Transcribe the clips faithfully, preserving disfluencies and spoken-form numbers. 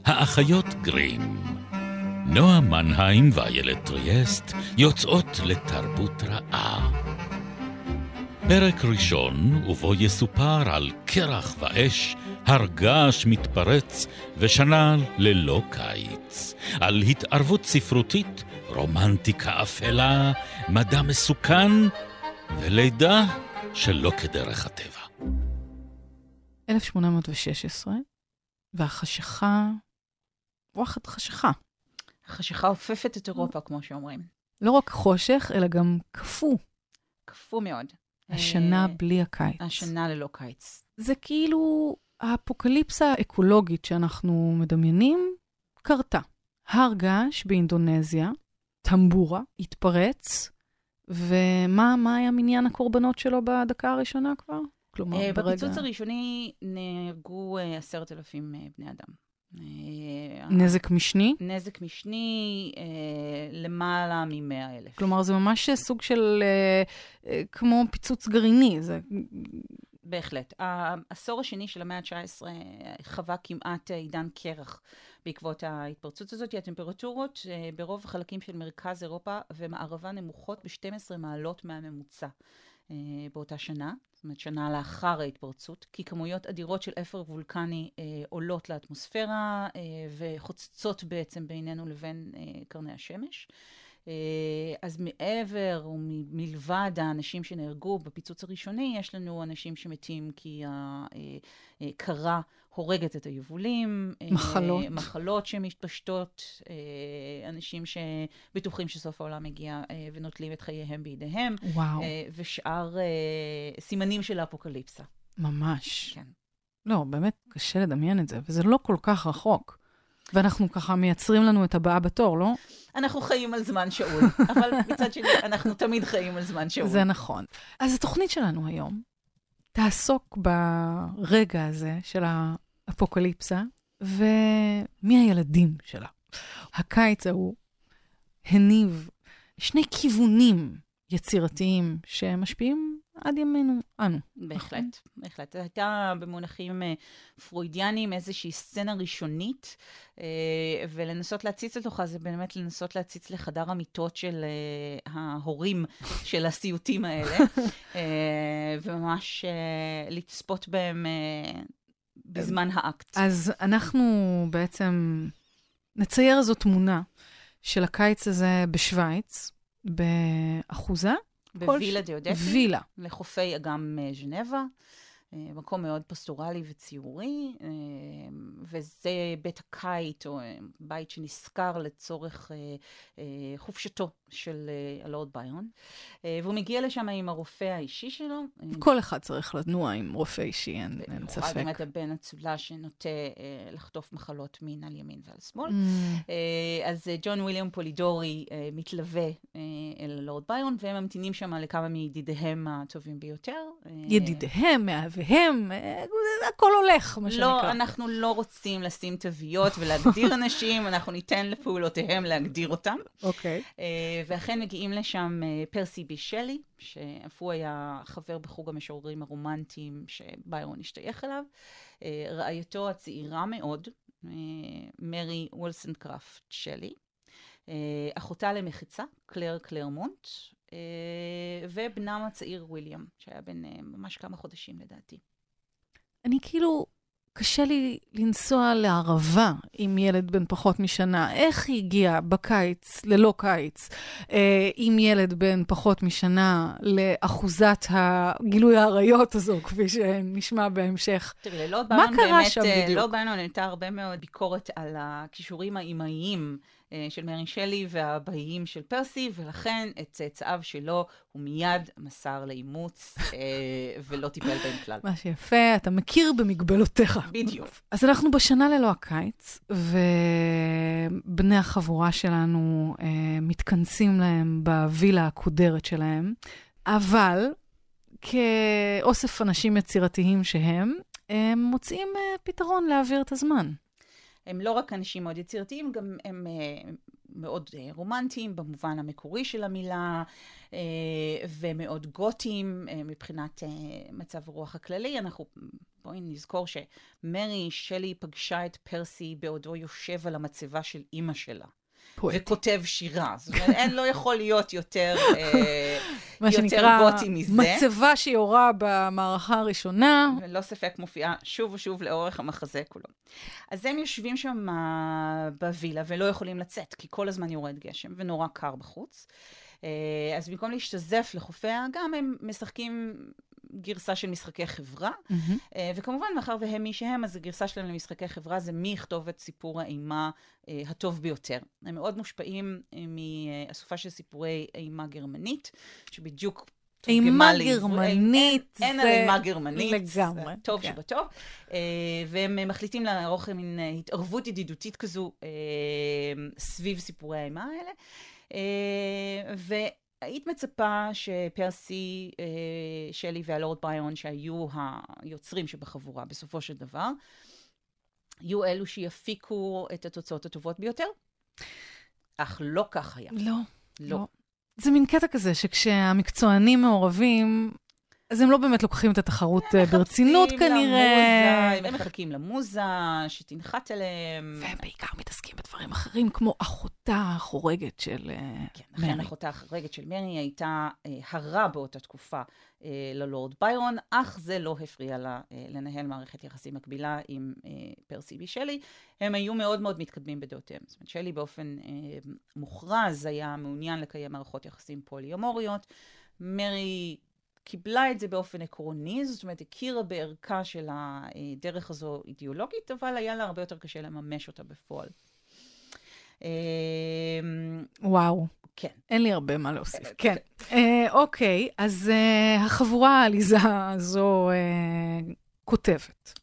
האחיות גרים. נועה מנהיים ואיילת טריאסט יוצאות לתרבות רעה. פרק ראשון, ובו יסופר על קרח ואש, הרגש מתפרץ ושנה ללא קיץ. על התערבות ספרותית, רומנטיקה אפלה, מדע מסוכן ולידה שלא כדרך הטבע. אלף שמונה מאות ושש עשרה, והחשיכה, וואחד חשיכה. החשיכה הופפת את אירופה, כמו שאומרים. לא רק חושך, אלא גם כפו. כפו מאוד. השנה בלי הקיץ. השנה ללא קיץ. זה כאילו האפוקליפסה האקולוגית שאנחנו מדמיינים, קרתה. הר געש באינדונזיה, טמבורה, התפרץ, ומה מה היה מניין הקורבנות שלו בדקה הראשונה כבר? כלומר, ברגע... בפיצוץ הראשוני נהרגו עשרת אלפים בני אדם. נזק משני? נזק משני, למעלה ממאה אלף. כלומר, זה ממש סוג של, כמו פיצוץ גרעיני. זה... בהחלט. העשור השני של המאה ה-תשע עשרה חווה כמעט עידן קרח בעקבות ההתפרצות הזאת. הטמפרטורות ברוב החלקים של מרכז אירופה ומערבה נמוכות ב-שתים עשרה מעלות מהממוצע באותה שנה. זאת אומרת, שנה לאחר ההתפרצות, כי כמויות אדירות של אפר וולקני אה, עולות לאטמוספירה אה, וחוצצות בעצם בינינו לבין אה, קרני השמש. אה, אז מעבר ומלבד האנשים שנהרגו בפיצוץ הראשוני, יש לנו אנשים שמתים כי הקרה הורגת את היבולים. מחלות. אה, מחלות שמתפשטות, אה, אנשים שבטוחים שסוף העולם מגיע אה, ונוטלים את חייהם בידיהם. וואו. אה, ושאר אה, סימנים של האפוקליפסה. ממש. כן. לא, באמת קשה לדמיין את זה, וזה לא כל כך רחוק. ואנחנו ככה מייצרים לנו את הבאה בתור, לא? אנחנו חיים על זמן שאול, אבל מצד שני, אנחנו תמיד חיים על זמן שאול. זה נכון. אז התוכנית שלנו היום תעסוק ברגע הזה של האפוקליפסה, ומי הילדים שלה. הקיץ ההוא הניב שני כיוונים יצירתיים שמשפיעים עד ימינו אנו. בהחלט, בהחלט. זו הייתה במונחים פרוידיאנים איזושהי סצנה ראשונית, ולנסות להציץ לתוכה זה באמת לנסות להציץ לחדר המיטות של ההורים של הסיוטים האלה, וממש לצפות בהם בזמן האקט. אז אנחנו בעצם נצייר איזו תמונה של הקיץ הזה בשוויץ, באחוזה. בווילה דיודקי. וילה. לחופי אגם ז'נבה. מקום מאוד פסטורלי וציורי, וזה בית הקיץ, או בית שנזכר לצורך חופשתו של הלורד ביירון. והוא מגיע לשם עם הרופא האישי שלו. כל אחד צריך לנוע עם רופא אישי, אין ספק. במיוחד באמת הבן הצולה שנוטה לחטוף מחלות מין על ימין ועל שמאל. אז ג'ון וויליאם פולידורי מתלווה אל הלורד ביירון, והם ממתינים שם לכמה מידידיהם הטובים ביותר. ידידיהם, מאהביהם, הכל הולך, מה שנקרא. לא, אנחנו לא רוצים לשים תוויות ולהגדיר אנשים, אנחנו ניתן לפעולותיהם להגדיר אותם. אוקיי. ואכן מגיעים לשם פרסי בי שלי, שאף הוא היה חבר בחוג המשוררים הרומנטיים שביירון השתייך אליו. רעייתו הצעירה מאוד, מרי וולסנקראפט שלי. אחותה למחיצה, קלר קלרמונט, ובנם הצעיר וויליאם, שהיה בן ממש כמה חודשים לדעתי. אני כאילו, קשה לי לנסוע לערבה עם ילד בן פחות משנה. איך היא הגיעה בקיץ, ללא קיץ, עם ילד בן פחות משנה, לאחוזת הגילוי העריות הזו, כפי שנשמע בהמשך? תראי, לא מה קרה שם בדיוק? לא באנו, נהייתה הרבה מאוד ביקורת על הכישורים האימהיים של מרי שלי והבאים של פרסי, ולכן את צאצאיו שלו הוא מיד מסר לאימוץ ולא טיפל בהם כלל. מה שיפה, אתה מכיר במגבלותיך. בדיוק. אז אנחנו בשנה ללא הקיץ, ובני החבורה שלנו מתכנסים להם בווילה הקודרת שלהם, אבל כאוסף אנשים יצירתיים שהם, הם מוצאים פתרון להעביר את הזמן. הם לא רק אנשים מאוד יצירתיים, גם הם מאוד רומנטיים במובן המקורי של המילה, ומאוד גותיים מבחינת מצב הרוח הכללי. אנחנו בואי נזכור שמרי שלי פגשה את פרסי בעודו יושב על המצבה של אימא שלה. פואטי. וכותב שירה. זאת אומרת, אין לא יכול להיות יותר, מה יותר שנקרא, גותי מזה. מצבה שיורה במערכה הראשונה. ולא ספק מופיעה שוב ושוב לאורך המחזה כולו. אז הם יושבים שם בווילה ולא יכולים לצאת, כי כל הזמן יורד גשם ונורא קר בחוץ. אז במקום להשתזף לחופי האגם, הם משחקים גרסה של משחקי חברה, mm-hmm. וכמובן, מאחר והם מי שהם, אז הגרסה שלהם למשחקי חברה זה מי יכתוב את סיפור האימה הטוב ביותר. הם מאוד מושפעים מאסופה של סיפורי אימה גרמנית, שבדיוק אימה גרמנית. אין על אימה גרמנית. לגמרי. טוב שבטוב. והם מחליטים לערוך מין התערבות ידידותית כזו סביב סיפורי האימה האלה. והיית מצפה שפרסי, שלי והלורד ביירון, שהיו היוצרים שבחבורה בסופו של דבר, יהיו אלו שיפיקו את התוצאות הטובות ביותר. אך לא כך היה. לא. לא. לא. זה מין קטע כזה שכשהמקצוענים מעורבים, אז הם לא באמת לוקחים את התחרות ברצינות כנראה. למוזה, הם מחכים למוזה, שתנחת אליהם. והם בעיקר מתעסקים בדברים אחרים, כמו אחותה החורגת של כן, מרי. כן, אחותה החורגת של מרי הייתה הרע באותה תקופה ללורד ביירון, אך זה לא הפריע לה לנהל מערכת יחסים מקבילה עם פרסי ושלי. הם היו מאוד מאוד מתקדמים בדעותיהם. זאת אומרת, שלי באופן מוכרז היה מעוניין לקיים מערכות יחסים פוליומוריות. מרי קיבלה את זה באופן עקרוני, זאת אומרת, הכירה בערכה של הדרך הזו אידיאולוגית, אבל היה לה הרבה יותר קשה לממש אותה בפועל. וואו. כן. אין לי הרבה מה להוסיף. כן. אוקיי, אז החבורה העליזה הזו כותבת.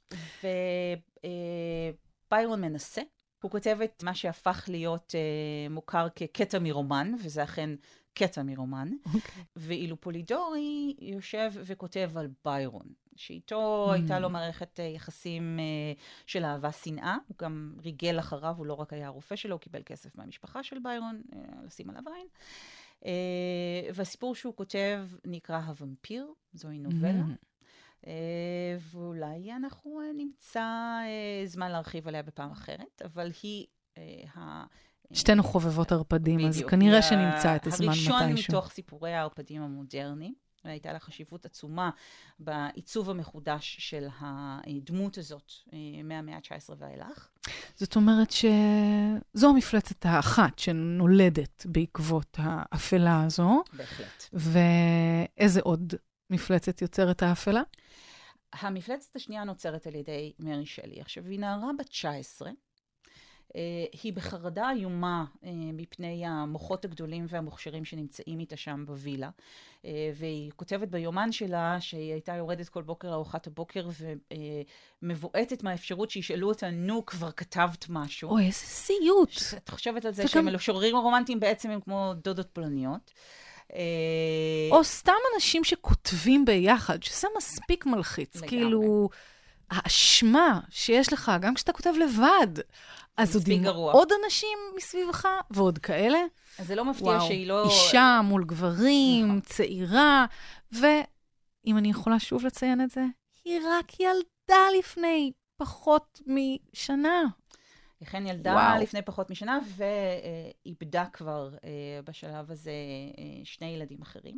וביירון מנסה. הוא כותב את מה שהפך להיות מוכר כקטע מרומן, וזה אכן קטע מרומן, okay. ואילו פולידורי יושב וכותב על ביירון, שאיתו mm. הייתה לו מערכת יחסים uh, של אהבה שנאה, הוא גם ריגל אחריו, הוא לא רק היה הרופא שלו, הוא קיבל כסף מהמשפחה של ביירון, uh, לשים עליו עין. Uh, והסיפור שהוא כותב נקרא הוומפיר, זוהי נובלה, mm. uh, ואולי אנחנו uh, נמצא uh, זמן להרחיב עליה בפעם אחרת, אבל היא uh, ה... שתינו חובבות ערפדים, בדיוק. אז כנראה שנמצא את הזמן מתישהו. הראשון מתוך סיפורי הערפדים המודרניים, והייתה לה חשיבות עצומה בעיצוב המחודש של הדמות הזאת מהמאה ה-תשע עשרה ואילך. זאת אומרת שזו המפלצת האחת שנולדת בעקבות האפלה הזו. בהחלט. ואיזה עוד מפלצת יוצרת האפלה? המפלצת השנייה נוצרת על ידי מרי שלי. עכשיו, היא נערה בת תשע עשרה, היא בחרדה איומה מפני המוחות הגדולים והמוכשרים שנמצאים איתה שם בווילה, והיא כותבת ביומן שלה שהיא הייתה יורדת כל בוקר לארוחת הבוקר ומבועטת מהאפשרות שישאלו אותה, נו, כבר כתבת משהו. אוי, איזה סיוט. את חושבת על זה שהם המשוררים הרומנטיים בעצם הם כמו דודות פולניות. או סתם אנשים שכותבים ביחד, שזה מספיק מלחיץ. כאילו, האשמה שיש לך, גם כשאתה כותב לבד, אז עוד עם עוד אנשים מסביבך, ועוד כאלה. אז זה לא מפתיע שהיא לא... אישה מול גברים, צעירה, ואם אני יכולה שוב לציין את זה, היא רק ילדה לפני פחות משנה. היא כן ילדה לפני פחות משנה, ואיבדה כבר בשלב הזה שני ילדים אחרים.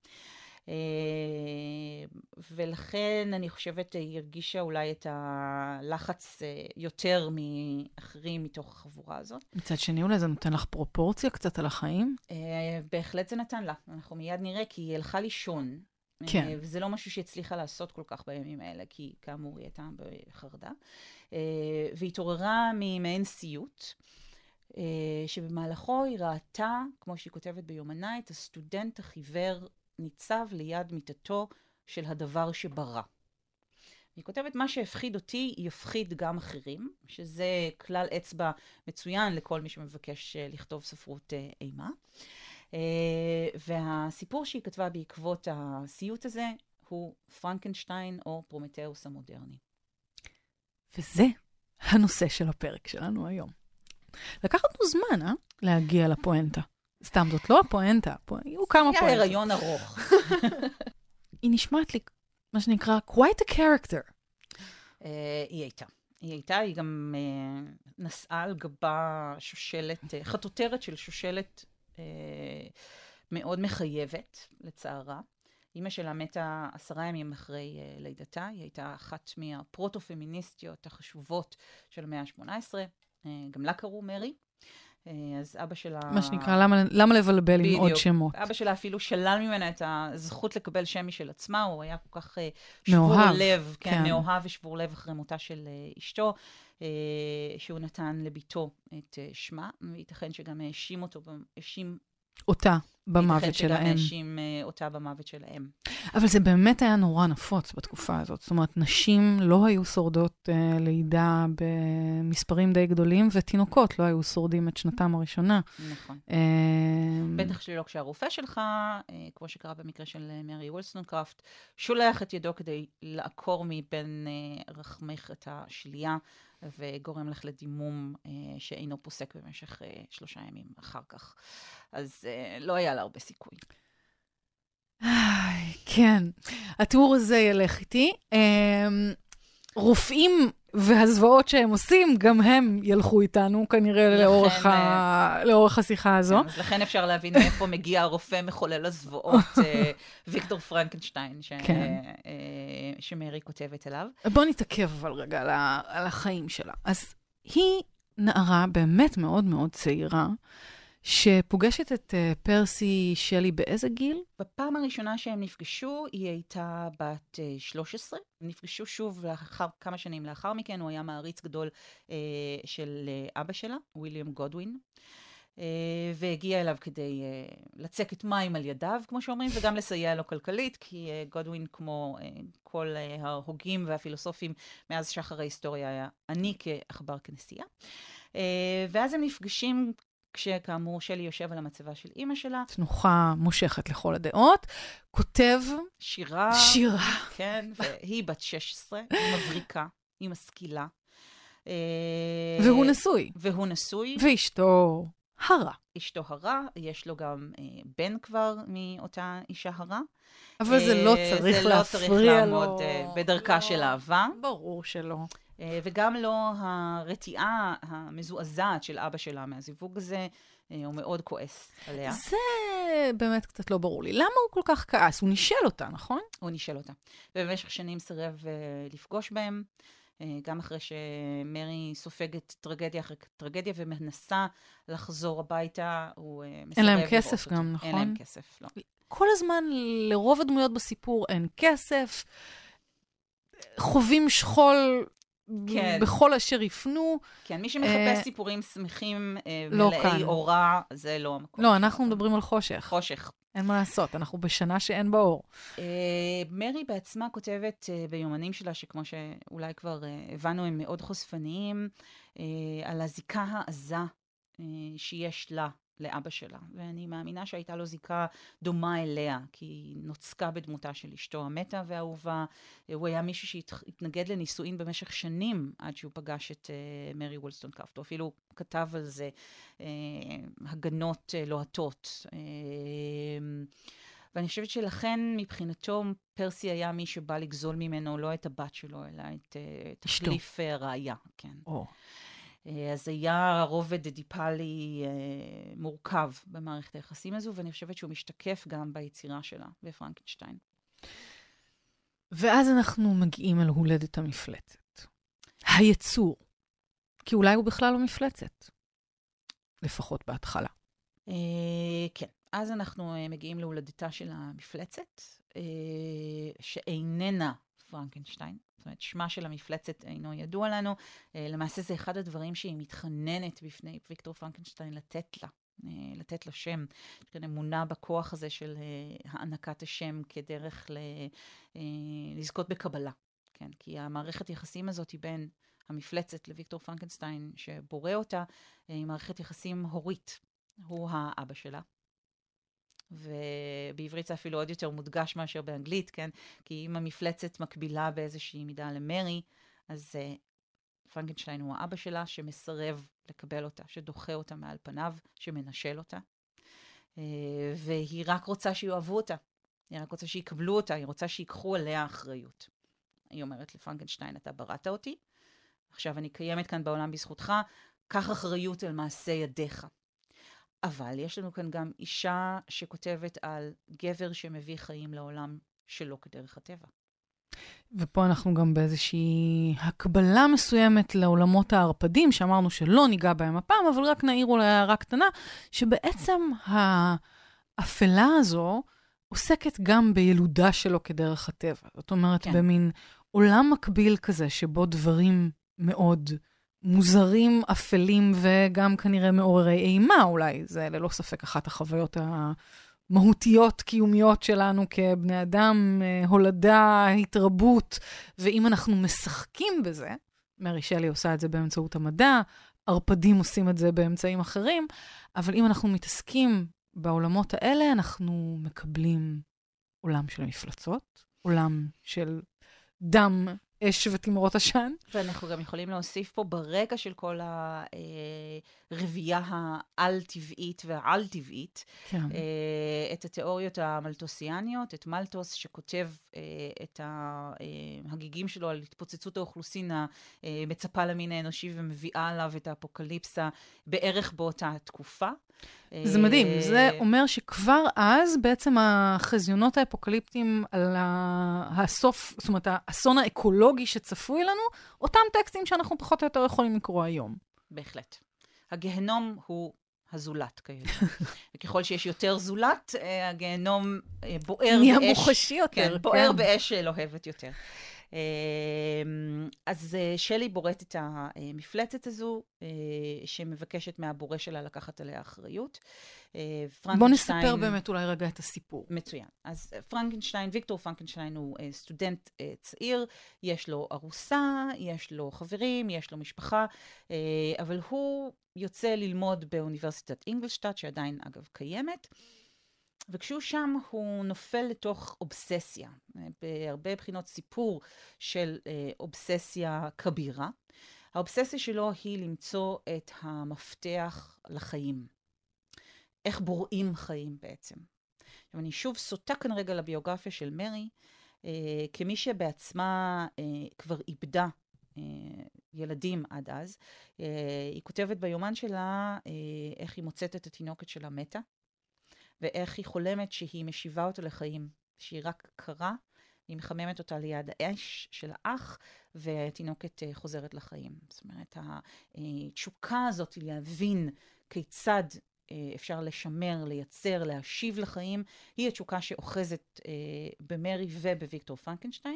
ולכן אני חושבת היא הרגישה אולי את הלחץ יותר מאחרים מתוך החבורה הזאת. מצד שני אולי זה נותן לך פרופורציה קצת על החיים? בהחלט זה נתן לה. אנחנו מיד נראה כי היא הלכה לישון. כן. וזה לא משהו שהצליחה לעשות כל כך בימים האלה, כי כאמור היא הייתה בחרדה. והתעוררה ממעין סיוט, שבמהלכו היא ראתה, כמו שהיא כותבת ביומנה, את הסטודנט החיוור ניצב ליד מיטתו של הדבר שברא. היא כותבת, מה שהפחיד אותי, יפחיד גם אחרים, שזה כלל אצבע מצוין לכל מי שמבקש לכתוב ספרות אימה. והסיפור שהיא כתבה בעקבות הסיוט הזה, הוא פרנקנשטיין או פרומטאוס המודרני. וזה הנושא של הפרק שלנו היום. לקח לנו זמן, אה? להגיע לפואנטה. סתם, זאת לא הפואנטה, היו כמה פואנטה. היה הריון ארוך. היא נשמעת לי, מה שנקרא, quite a character. היא הייתה. היא הייתה, היא גם נסעה על גבה שושלת, חטוטרת של שושלת מאוד מחייבת, לצערה. אמא שלה מתה עשרה ימים אחרי לידתה, היא הייתה אחת מהפרוטו-פמיניסטיות החשובות של המאה ה-שמונה עשרה, גם לה קראו מרי. אז אבא שלה... מה שנקרא, למה, למה לבלבל עם עוד שמות? אבא שלה אפילו שלל ממנה את הזכות לקבל שם משל עצמה, הוא היה כל כך שבור לב, כן, כן. מאוהב ושבור לב אחרי מותה של אשתו, שהוא נתן לביתו את שמה, וייתכן שגם האשים אותו, האשים... אותה במוות שלהם. ייתכן שגם האשים אותה במוות שלהם. אבל זה באמת היה נורא נפוץ בתקופה הזאת. זאת אומרת, נשים לא היו שורדות uh, לידה במספרים די גדולים, ותינוקות לא היו שורדים את שנתם הראשונה. נכון. Uh, בטח שלא כשהרופא שלך, uh, כמו שקרה במקרה של מרי וולסטונקראפט, שולח את ידו כדי לעקור מבין uh, רחמך את השלייה, וגורם לך לדימום uh, שאינו פוסק במשך uh, שלושה ימים אחר כך. אז uh, לא היה לה הרבה סיכוי. כן, התיאור הזה ילך איתי. רופאים והזוועות שהם עושים, גם הם ילכו איתנו כנראה לאורך, ה... לאורך השיחה הזו. כן, אז לכן אפשר להבין מאיפה מגיע הרופא מחולל הזוועות, ויקטור פרנקנשטיין, ש... כן. שמרי כותבת אליו. בוא נתעכב אבל רגע על, ה... על החיים שלה. אז היא נערה באמת מאוד מאוד צעירה, שפוגשת את uh, פרסי שלי באיזה גיל? בפעם הראשונה שהם נפגשו, היא הייתה בת uh, שלוש עשרה. הם נפגשו שוב לאחר, כמה שנים לאחר מכן, הוא היה מעריץ גדול uh, של uh, אבא שלה, וויליאם גודווין, uh, והגיע אליו כדי uh, לצק את מים על ידיו, כמו שאומרים, וגם לסייע לו כלכלית, כי uh, גודווין, כמו uh, כל uh, ההוגים והפילוסופים מאז שחר ההיסטוריה, היה עני כעכבר כנסייה. Uh, ואז הם נפגשים כשכאמור שלי יושב על המצבה של אימא שלה. תנוחה מושכת לכל הדעות. כותב שירה. שירה. כן, והיא בת שש עשרה, היא מבריקה, היא משכילה. והוא נשוי. והוא נשוי. ואשתו הרה. אשתו הרה, יש לו גם בן כבר מאותה אישה הרה. אבל זה לא צריך להפריע לו. זה לא צריך לעמוד בדרכה של אהבה. ברור שלא. וגם לא הרתיעה המזועזעת של אבא שלה מהזיווג הזה, הוא מאוד כועס עליה. זה באמת קצת לא ברור לי. למה הוא כל כך כעס? הוא נישל אותה, נכון? הוא נישל אותה. ובמשך שנים סירב לפגוש בהם, גם אחרי שמרי סופגת טרגדיה אחרי טרגדיה ומנסה לחזור הביתה, הוא מסרב לראות אותה. אין להם כסף גם, נכון? אין להם כסף, לא. כל הזמן לרוב הדמויות בסיפור אין כסף, חווים שכול כן. בכל אשר יפנו. כן, מי שמחפש uh, סיפורים שמחים, uh, לא מלאי אורה, זה לא המקום. לא, אנחנו מדברים על חושך. חושך. אין מה לעשות, אנחנו בשנה שאין בה אור. Uh, מרי בעצמה כותבת uh, ביומנים שלה, שכמו שאולי כבר uh, הבנו, הם מאוד חושפניים, uh, על הזיקה העזה uh, שיש לה. לאבא שלה, ואני מאמינה שהייתה לו זיקה דומה אליה, כי היא נוצקה בדמותה של אשתו המתה והאהובה. הוא היה מישהו שהתנגד לנישואין במשך שנים, עד שהוא פגש את uh, מרי וולסטונקראפט. הוא אפילו כתב על זה uh, הגנות uh, לוהטות. Uh, ואני חושבת שלכן מבחינתו פרסי היה מי שבא לגזול ממנו לא את הבת שלו, אלא את uh, תחליף ראיה. כן. או. אז היה רובד דיפלי אה, מורכב במערכת היחסים הזו, ואני חושבת שהוא משתקף גם ביצירה שלה, בפרנקנשטיין. ואז אנחנו מגיעים אל הולדת המפלצת. היצור. כי אולי הוא בכלל לא מפלצת. לפחות בהתחלה. אה, כן. אז אנחנו אה, מגיעים להולדתה של המפלצת, אה, שאיננה פרנקנשטיין. זאת אומרת, שמה של המפלצת אינו ידוע לנו. למעשה זה אחד הדברים שהיא מתחננת בפני ויקטור פרנקנשטיין לתת לה, לתת לה שם. יש כאן אמונה בכוח הזה של הענקת השם כדרך לזכות בקבלה. כן? כי המערכת יחסים הזאת היא בין המפלצת לוויקטור פרנקנשטיין שבורא אותה, היא מערכת יחסים הורית. הוא האבא שלה. ובעברית זה אפילו עוד יותר מודגש מאשר באנגלית, כן? כי אם המפלצת מקבילה באיזושהי מידה למרי, אז uh, פרנקנשטיין הוא האבא שלה שמסרב לקבל אותה, שדוחה אותה מעל פניו, שמנשל אותה. Uh, והיא רק רוצה שיאהבו אותה. היא רק רוצה שיקבלו אותה, היא רוצה שיקחו עליה אחריות. Uh, היא אומרת לפרנקנשטיין, אתה בראת אותי, עכשיו אני קיימת כאן בעולם בזכותך, קח אחריות על מעשה ידיך. אבל יש לנו כאן גם אישה שכותבת על גבר שמביא חיים לעולם שלא כדרך הטבע. ופה אנחנו גם באיזושהי הקבלה מסוימת לעולמות הערפדים, שאמרנו שלא ניגע בהם הפעם, אבל רק נעיר אולי הערה קטנה, שבעצם האפלה הזו עוסקת גם בילודה שלו כדרך הטבע. זאת אומרת, כן. במין עולם מקביל כזה, שבו דברים מאוד מוזרים, אפלים, וגם כנראה מעוררי אימה אולי. זה ללא ספק אחת החוויות המהותיות, קיומיות שלנו כבני אדם, הולדה, התרבות, ואם אנחנו משחקים בזה, מרי שלי עושה את זה באמצעות המדע, ערפדים עושים את זה באמצעים אחרים, אבל אם אנחנו מתעסקים בעולמות האלה, אנחנו מקבלים עולם של מפלצות, עולם של דם, אש ותמרות עשן. ואנחנו גם יכולים להוסיף פה ברקע של כל הרבייה העל-טבעית והעל-טבעית, כן. את התיאוריות המלטוסיאניות, את מלטוס שכותב את ההגיגים שלו על התפוצצות האוכלוסין המצפה למין האנושי ומביאה עליו את האפוקליפסה בערך באותה תקופה. זה מדהים, זה אומר שכבר אז בעצם החזיונות האפוקליפטיים על הסוף, זאת אומרת, האסון האקולוגי שצפוי לנו, אותם טקסטים שאנחנו פחות או יותר יכולים לקרוא היום. בהחלט. הגהנום הוא הזולת כידוע. וככל שיש יותר זולת, הגהנום בוער באש. נהיה מוחשי יותר. כן, בוער באש שלוהבת יותר. אז שלי בוראת את המפלצת הזו, שמבקשת מהבורא שלה לקחת עליה אחריות. בוא נספר באמת אולי רגע את הסיפור. מצוין. אז פרנקנשטיין, ויקטור פרנקנשטיין הוא סטודנט צעיר, יש לו ארוסה, יש לו חברים, יש לו משפחה, אבל הוא יוצא ללמוד באוניברסיטת אינגלשטאט, שעדיין אגב קיימת, וכשהוא שם הוא נופל לתוך אובססיה, בהרבה בחינות סיפור של אובססיה כבירה. האובססיה שלו היא למצוא את המפתח לחיים. איך בוראים חיים בעצם. עכשיו אני שוב סוטה כאן רגע לביוגרפיה של מרי, כמי שבעצמה כבר איבדה ילדים עד אז. היא כותבת ביומן שלה איך היא מוצאת את התינוקת שלה מתה, ואיך היא חולמת שהיא משיבה אותה לחיים, שהיא רק קרה, היא מחממת אותה ליד האש של האח, והתינוקת חוזרת לחיים. זאת אומרת, התשוקה הזאת היא להבין כיצד אפשר לשמר, לייצר, להשיב לחיים, היא התשוקה שאוחזת במרי ובוויקטור פרנקנשטיין.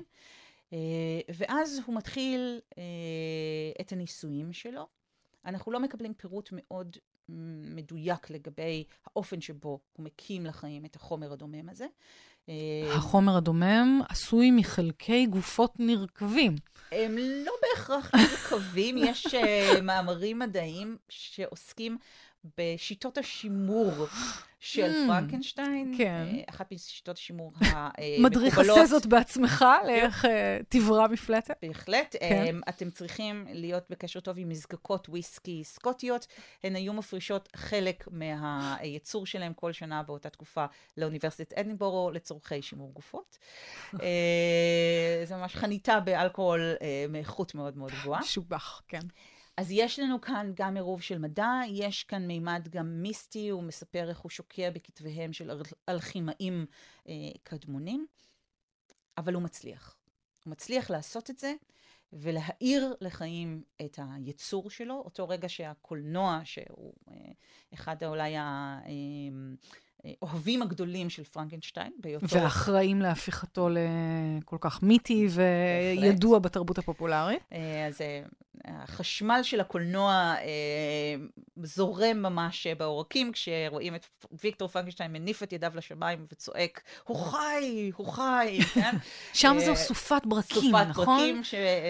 ואז הוא מתחיל את הניסויים שלו. אנחנו לא מקבלים פירוט מאוד מדויק לגבי האופן שבו הוא מקים לחיים את החומר הדומם הזה. החומר הדומם עשוי מחלקי גופות נרכבים. הם לא בהכרח נרכבים, יש מאמרים מדעיים שעוסקים בשיטות השימור של פרנקנשטיין, אחת משיטות השימור המקובלות. מדריך עשה זאת בעצמך, לאיך תברא מפלצת? בהחלט. אתם צריכים להיות בקשר טוב עם מזקקות וויסקי סקוטיות. הן היו מפרישות חלק מהייצור שלהם כל שנה באותה תקופה לאוניברסיטת אדינבורו לצורכי שימור גופות. זה ממש חניתה באלכוהול מאיכות מאוד מאוד גבוהה. שובח, כן. אז יש לנו כאן גם עירוב של מדע, יש כאן מימד גם מיסטי, הוא מספר איך הוא שוקע בכתביהם של אלכימאים אה, קדמונים, אבל הוא מצליח. הוא מצליח לעשות את זה, ולהאיר לחיים את היצור שלו, אותו רגע שהקולנוע, שהוא אה, אחד אולי ה... אה, אוהבים הגדולים של פרנקנשטיין. ואחראים להפיכתו לכל כך מיתי וידוע בתרבות הפופולרית. אז החשמל של הקולנוע זורם ממש בעורקים, כשרואים את ויקטור פרנקנשטיין מניף את ידיו לשמיים וצועק, הוא חי, הוא חי. שם זו סופת ברקים, נכון? סופת ברקים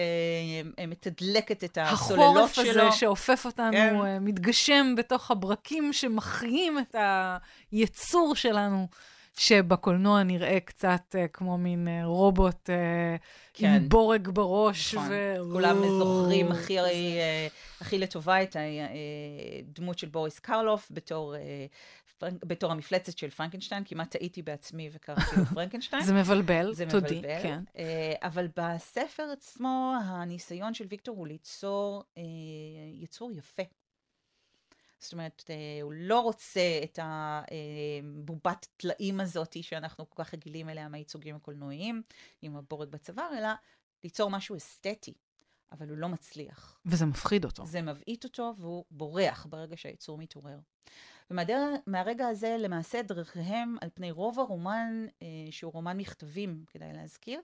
שמתדלקת את הסוללות שלו. החורף הזה שאופף אותנו מתגשם בתוך הברקים שמחיים את היצור שלנו, שבקולנוע נראה קצת uh, כמו מין uh, רובוט uh, כן. עם בורג בראש. נכון. ו... כולם זוכרים הכי, uh, הכי לטובה את הדמות של בוריס קרלוף בתור, uh, פרנק, בתור המפלצת של פרנקנשטיין. כמעט טעיתי בעצמי וקראתי לו פרנקנשטיין. זה מבלבל, זה תודי. מבלבל. כן. Uh, אבל בספר עצמו, הניסיון של ויקטור הוא ליצור uh, יצור יפה. זאת אומרת, הוא לא רוצה את הבובת תלאים הזאת שאנחנו כל כך רגילים אליה מהייצוגים הקולנועיים, עם הבורג בצוואר, אלא ליצור משהו אסתטי, אבל הוא לא מצליח. וזה מפחיד אותו. זה מבעית אותו, והוא בורח ברגע שהייצור מתעורר. ומהרגע הזה, למעשה, דרכיהם על פני רוב הרומן, שהוא רומן מכתבים, כדאי להזכיר,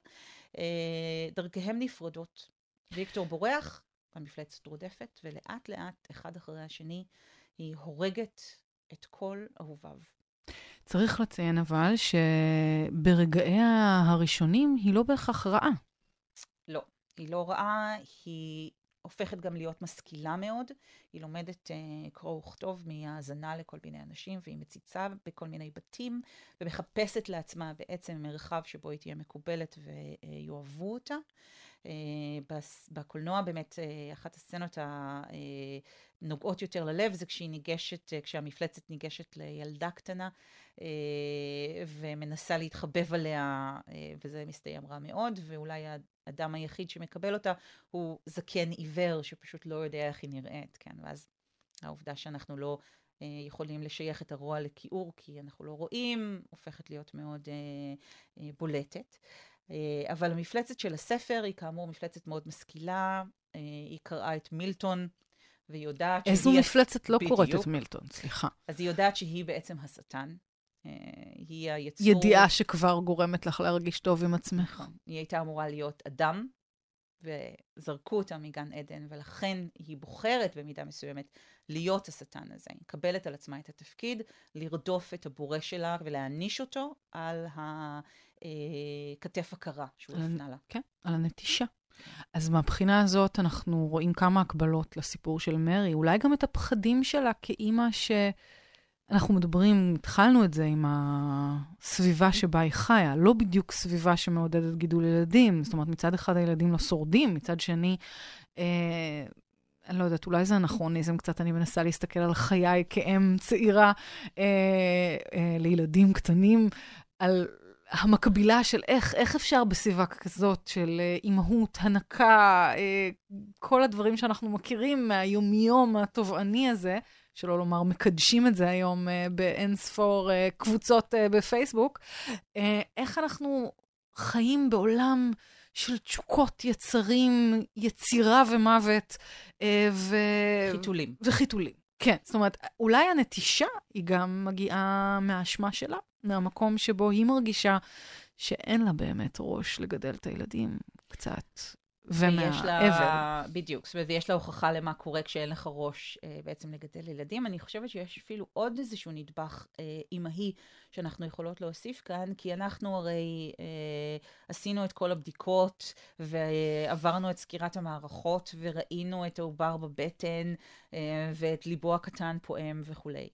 דרכיהם נפרדות. ויקטור בורח, המפלצת רודפת, ולאט לאט, אחד אחרי השני, היא הורגת את כל אהוביו. צריך לציין אבל שברגעיה הראשונים היא לא בהכרח רעה. לא, היא לא רעה, היא הופכת גם להיות משכילה מאוד, היא לומדת uh, קרוא וכתוב מהאזנה לכל מיני אנשים, והיא מציצה בכל מיני בתים, ומחפשת לעצמה בעצם מרחב שבו היא תהיה מקובלת ויואבו אותה. Uh, בקולנוע באמת uh, אחת הסצנות הנוגעות יותר ללב זה כשהיא ניגשת, uh, כשהמפלצת ניגשת לילדה קטנה uh, ומנסה להתחבב עליה, uh, וזה מסתיים רע מאוד, ואולי האדם היחיד שמקבל אותה הוא זקן עיוור שפשוט לא יודע איך היא נראית, כן? ואז העובדה שאנחנו לא uh, יכולים לשייך את הרוע לכיעור כי אנחנו לא רואים, הופכת להיות מאוד uh, uh, בולטת. אבל המפלצת של הספר היא כאמור מפלצת מאוד משכילה, היא קראה את מילטון, והיא יודעת איזו שהיא... מפלצת לא קוראת את מילטון, סליחה. אז היא יודעת שהיא בעצם השטן, היא היצור... ידיעה שכבר גורמת לך להרגיש טוב עם עצמך. היא הייתה אמורה להיות אדם, וזרקו אותה מגן עדן, ולכן היא בוחרת במידה מסוימת להיות השטן הזה. היא מקבלת על עצמה את התפקיד, לרדוף את הבורא שלה ולהעניש אותו על הכתף הקרה שהוא הפנה לה. כן, על הנטישה. אז מהבחינה הזאת אנחנו רואים כמה הקבלות לסיפור של מרי, אולי גם את הפחדים שלה כאימא שאנחנו מדברים, התחלנו את זה עם הסביבה שבה היא חיה, לא בדיוק סביבה שמעודדת גידול ילדים, זאת אומרת מצד אחד הילדים לא שורדים, מצד שני, אה, אני לא יודעת, אולי זה אנכרוניזם קצת, אני מנסה להסתכל על חיי כאם צעירה אה, אה, לילדים קטנים, על המקבילה של איך, איך אפשר בסביבה כזאת של אימהות, הנקה, כל הדברים שאנחנו מכירים מהיומיום התובעני הזה, שלא לומר מקדשים את זה היום באין ספור קבוצות בפייסבוק, איך אנחנו חיים בעולם של תשוקות, יצרים, יצירה ומוות, ו... חיתולים. וחיתולים. כן, זאת אומרת, אולי הנטישה היא גם מגיעה מהאשמה שלה, מהמקום שבו היא מרגישה שאין לה באמת ראש לגדל את הילדים קצת, ומהעבר. בדיוק, ויש לה הוכחה למה קורה כשאין לך ראש בעצם לגדל ילדים. אני חושבת שיש אפילו עוד איזשהו נדבך אימהי שאנחנו יכולות להוסיף כאן, כי אנחנו הרי עשינו את כל הבדיקות, ועברנו את סקירת המערכות, וראינו את העובר בבטן, ואת ליבו הקטן פועם וכולי.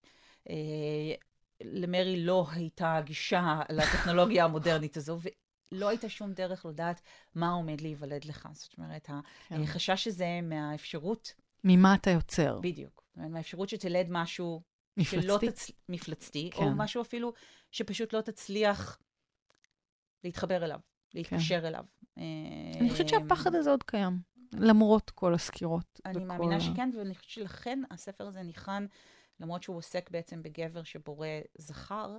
למרי לא הייתה גישה לטכנולוגיה המודרנית הזו, ולא הייתה שום דרך לדעת מה עומד להיוולד לך. זאת אומרת, החשש הזה מהאפשרות... ממה אתה יוצר. בדיוק. מהאפשרות שתלד משהו... מפלצתי. תצ... מפלצתי, כן. או משהו אפילו שפשוט לא תצליח להתחבר אליו, להתקשר כן. אליו. אני חושבת שהפחד הזה עוד קיים, למרות כל הסקירות. אני מאמינה ה... שכן, ואני חושבת שלכן הספר הזה ניחן, למרות שהוא עוסק בעצם בגבר שבורא זכר,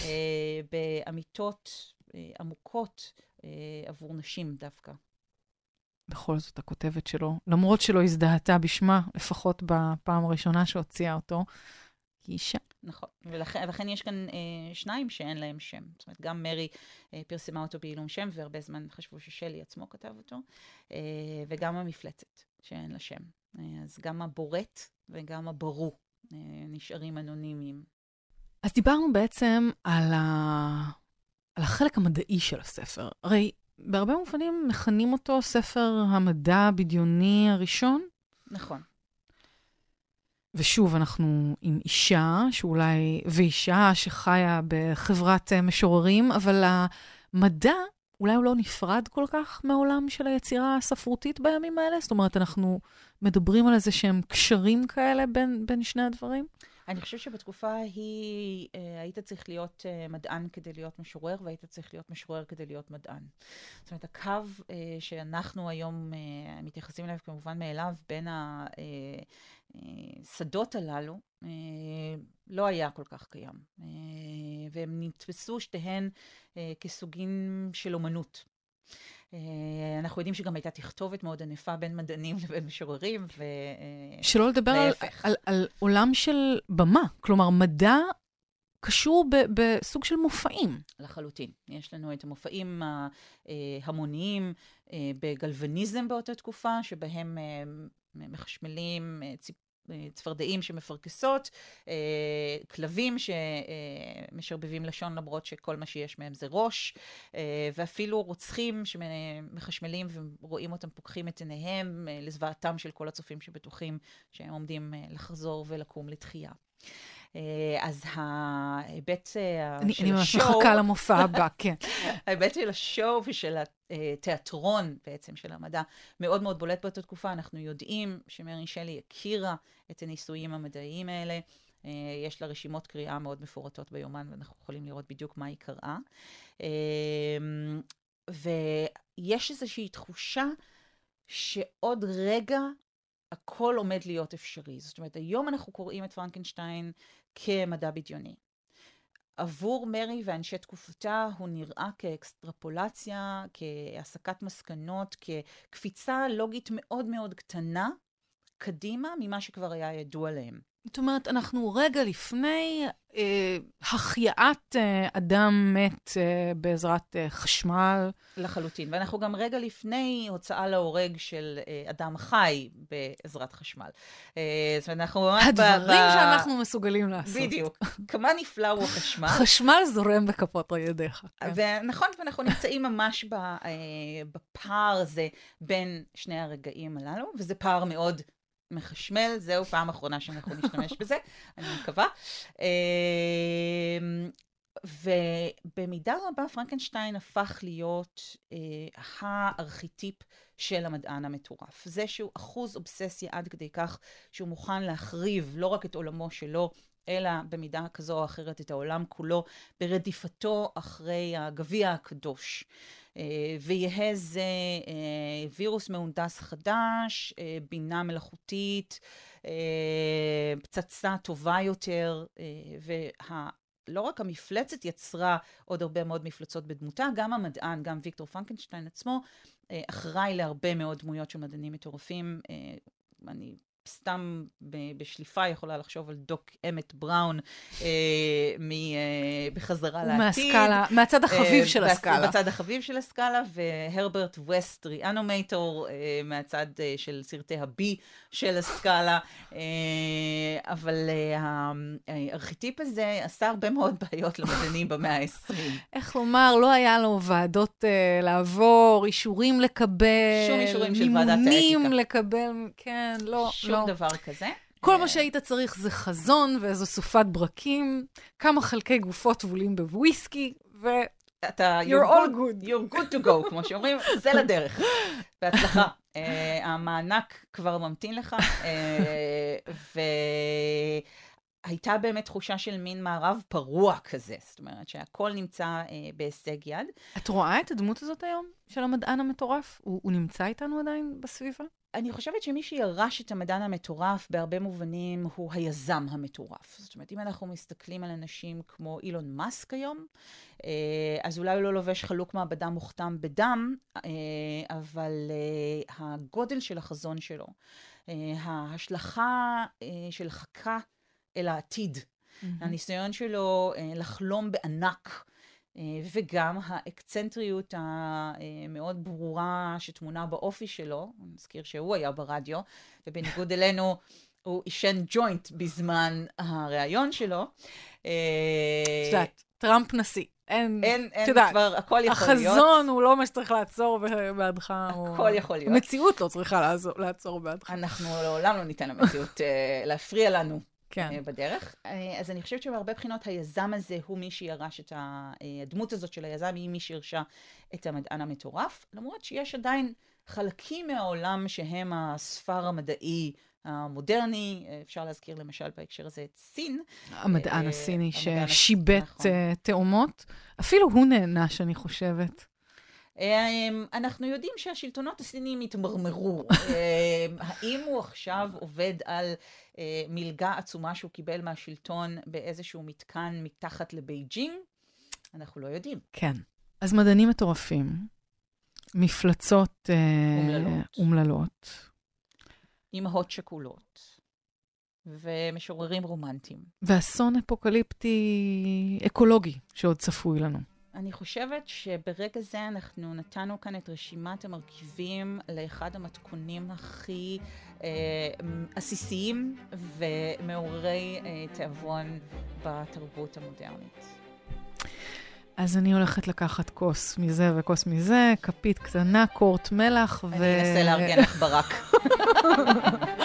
באמיתות עמוקות עבור נשים דווקא. בכל זאת הכותבת שלו, למרות שלא הזדהתה בשמה, לפחות בפעם הראשונה שהוציאה אותו, היא אישה. נכון, ולכן, ולכן יש כאן אה, שניים שאין להם שם. זאת אומרת, גם מרי אה, פרסמה אותו בעילום שם, והרבה זמן חשבו ששלי עצמו כתב אותו, אה, וגם המפלצת שאין לה שם. אה, אז גם הבורט וגם הברו אה, נשארים אנונימיים. אז דיברנו בעצם על, ה... על החלק המדעי של הספר. הרי בהרבה מובנים מכנים אותו ספר המדע הבדיוני הראשון. נכון. ושוב, אנחנו עם אישה, שאולי, ואישה שחיה בחברת משוררים, אבל המדע, אולי הוא לא נפרד כל כך מהעולם של היצירה הספרותית בימים האלה? זאת אומרת, אנחנו מדברים על איזה שהם קשרים כאלה בין, בין שני הדברים? אני חושבת שבתקופה ההיא היית צריך להיות מדען כדי להיות משורר, והיית צריך להיות משורר כדי להיות מדען. זאת אומרת, הקו שאנחנו היום מתייחסים אליו כמובן מאליו, בין השדות הללו, לא היה כל כך קיים. והם נתפסו שתיהן כסוגים של אומנות. אנחנו יודעים שגם הייתה תכתובת מאוד ענפה בין מדענים לבין משוררים, ו... שלא לדבר על, על, על עולם של במה, כלומר, מדע קשור ב, בסוג של מופעים. לחלוטין. יש לנו את המופעים ההמוניים בגלבניזם באותה תקופה, שבהם מחשמלים ציפ... צפרדעים שמפרקסות, כלבים שמשרבבים לשון למרות שכל מה שיש מהם זה ראש, ואפילו רוצחים שמחשמלים ורואים אותם פוקחים את עיניהם לזוועתם של כל הצופים שבטוחים שהם עומדים לחזור ולקום לתחייה. אז ההיבט של השואו... אני ממש מחכה למופע הבא, כן. ההיבט של השואו ושל התיאטרון בעצם של המדע מאוד מאוד בולט באותה תקופה. אנחנו יודעים שמרי שלי הכירה את הניסויים המדעיים האלה. יש לה רשימות קריאה מאוד מפורטות ביומן, ואנחנו יכולים לראות בדיוק מה היא קראה. ויש איזושהי תחושה שעוד רגע הכל עומד להיות אפשרי. זאת אומרת, היום אנחנו קוראים את פרנקנשטיין כמדע בדיוני. עבור מרי ואנשי תקופתה הוא נראה כאקסטרפולציה, כהסקת מסקנות, כקפיצה לוגית מאוד מאוד קטנה קדימה ממה שכבר היה ידוע להם. זאת אומרת, אנחנו רגע לפני אה, החייאת אה, אדם מת אה, בעזרת אה, חשמל. לחלוטין. ואנחנו גם רגע לפני הוצאה להורג של אה, אדם חי בעזרת חשמל. אה, זאת אומרת, אנחנו ממש... הדברים ב- שאנחנו מסוגלים לעשות. בדיוק. כמה נפלא הוא החשמל. חשמל זורם בכפות ידיך. ונכון, ואנחנו נמצאים ממש ב, אה, בפער הזה בין שני הרגעים הללו, וזה פער מאוד... מחשמל, זהו פעם אחרונה שאנחנו נשתמש בזה, אני מקווה. ובמידה רבה פרנקנשטיין הפך להיות הארכיטיפ של המדען המטורף. זה שהוא אחוז אובססיה עד כדי כך שהוא מוכן להחריב לא רק את עולמו שלו, אלא במידה כזו או אחרת את העולם כולו, ברדיפתו אחרי הגביע הקדוש. ויהיה זה וירוס מהונדס חדש, בינה מלאכותית, פצצה טובה יותר, ולא רק המפלצת יצרה עוד הרבה מאוד מפלצות בדמותה, גם המדען, גם ויקטור פרנקנשטיין עצמו, אחראי להרבה מאוד דמויות של מדענים מטורפים. אני סתם בשליפה יכולה לחשוב על דוק אמת בראון בחזרה לעתיד. מהצד החביב של הסקאלה. בצד החביב של הסקאלה, והרברט ווסט ריאנומטור מהצד של סרטי הבי של הסקאלה. אבל הארכיטיפ הזה עשה הרבה מאוד בעיות למדענים במאה ה-עשרים. איך לומר, לא היה לו ועדות לעבור, אישורים לקבל, שום אישורים של ועדת האתיקה. מימונים לקבל, כן, לא. שום דבר כזה. כל מה שהיית צריך זה חזון ואיזו סופת ברקים, כמה חלקי גופות טבולים בוויסקי, ו... אתה, you're all good. You're good to go, כמו שאומרים, זה לדרך. בהצלחה. המענק כבר ממתין לך, והייתה באמת תחושה של מין מערב פרוע כזה, זאת אומרת שהכל נמצא בהישג יד. את רואה את הדמות הזאת היום, של המדען המטורף? הוא, הוא נמצא איתנו עדיין בסביבה? אני חושבת שמי שירש את המדען המטורף בהרבה מובנים הוא היזם המטורף. זאת אומרת, אם אנחנו מסתכלים על אנשים כמו אילון מאסק היום, אז אולי הוא לא לובש חלוק מעבדה מוכתם בדם, אבל הגודל של החזון שלו, ההשלכה של חכה אל העתיד, mm-hmm. הניסיון שלו לחלום בענק, וגם האקצנטריות המאוד ברורה שתמונה באופי שלו, נזכיר שהוא היה ברדיו, ובניגוד אלינו הוא אישן ג'וינט בזמן הראיון שלו. שאת, טראמפ נשיא. אין, אין, אין תדעת, כבר, הכל יכול להיות. החזון הוא לא מה שצריך לעצור בעדך. הכל יכול להיות. המציאות לא צריכה לעזור, לעצור בעדך. אנחנו לעולם לא ניתן למציאות להפריע לנו כן. בדרך. אז אני חושבת שבהרבה בחינות היזם הזה הוא מי שירש את הדמות הזאת של היזם, היא מי שירשה את המדען המטורף, למרות שיש עדיין חלקים מהעולם שהם הספר המדעי המודרני, אפשר להזכיר למשל בהקשר הזה את סין. המדען הסיני ששיבט תאומות, אפילו הוא נענש, אני חושבת. אנחנו יודעים שהשלטונות הסינים התמרמרו. האם הוא עכשיו עובד על מלגה עצומה שהוא קיבל מהשלטון באיזשהו מתקן מתחת לבייג'ינג? אנחנו לא יודעים. כן. אז מדענים מטורפים, מפלצות אומללות. אומללות. אמהות שכולות. ומשוררים רומנטיים. ואסון אפוקליפטי אקולוגי שעוד צפוי לנו. אני חושבת שברגע זה אנחנו נתנו כאן את רשימת המרכיבים לאחד המתכונים הכי אה, עסיסיים ומעוררי אה, תיאבון בתרבות המודרנית. אז אני הולכת לקחת כוס מזה וכוס מזה, כפית קטנה, קורט מלח ו... אני אנסה לארגן לך ברק.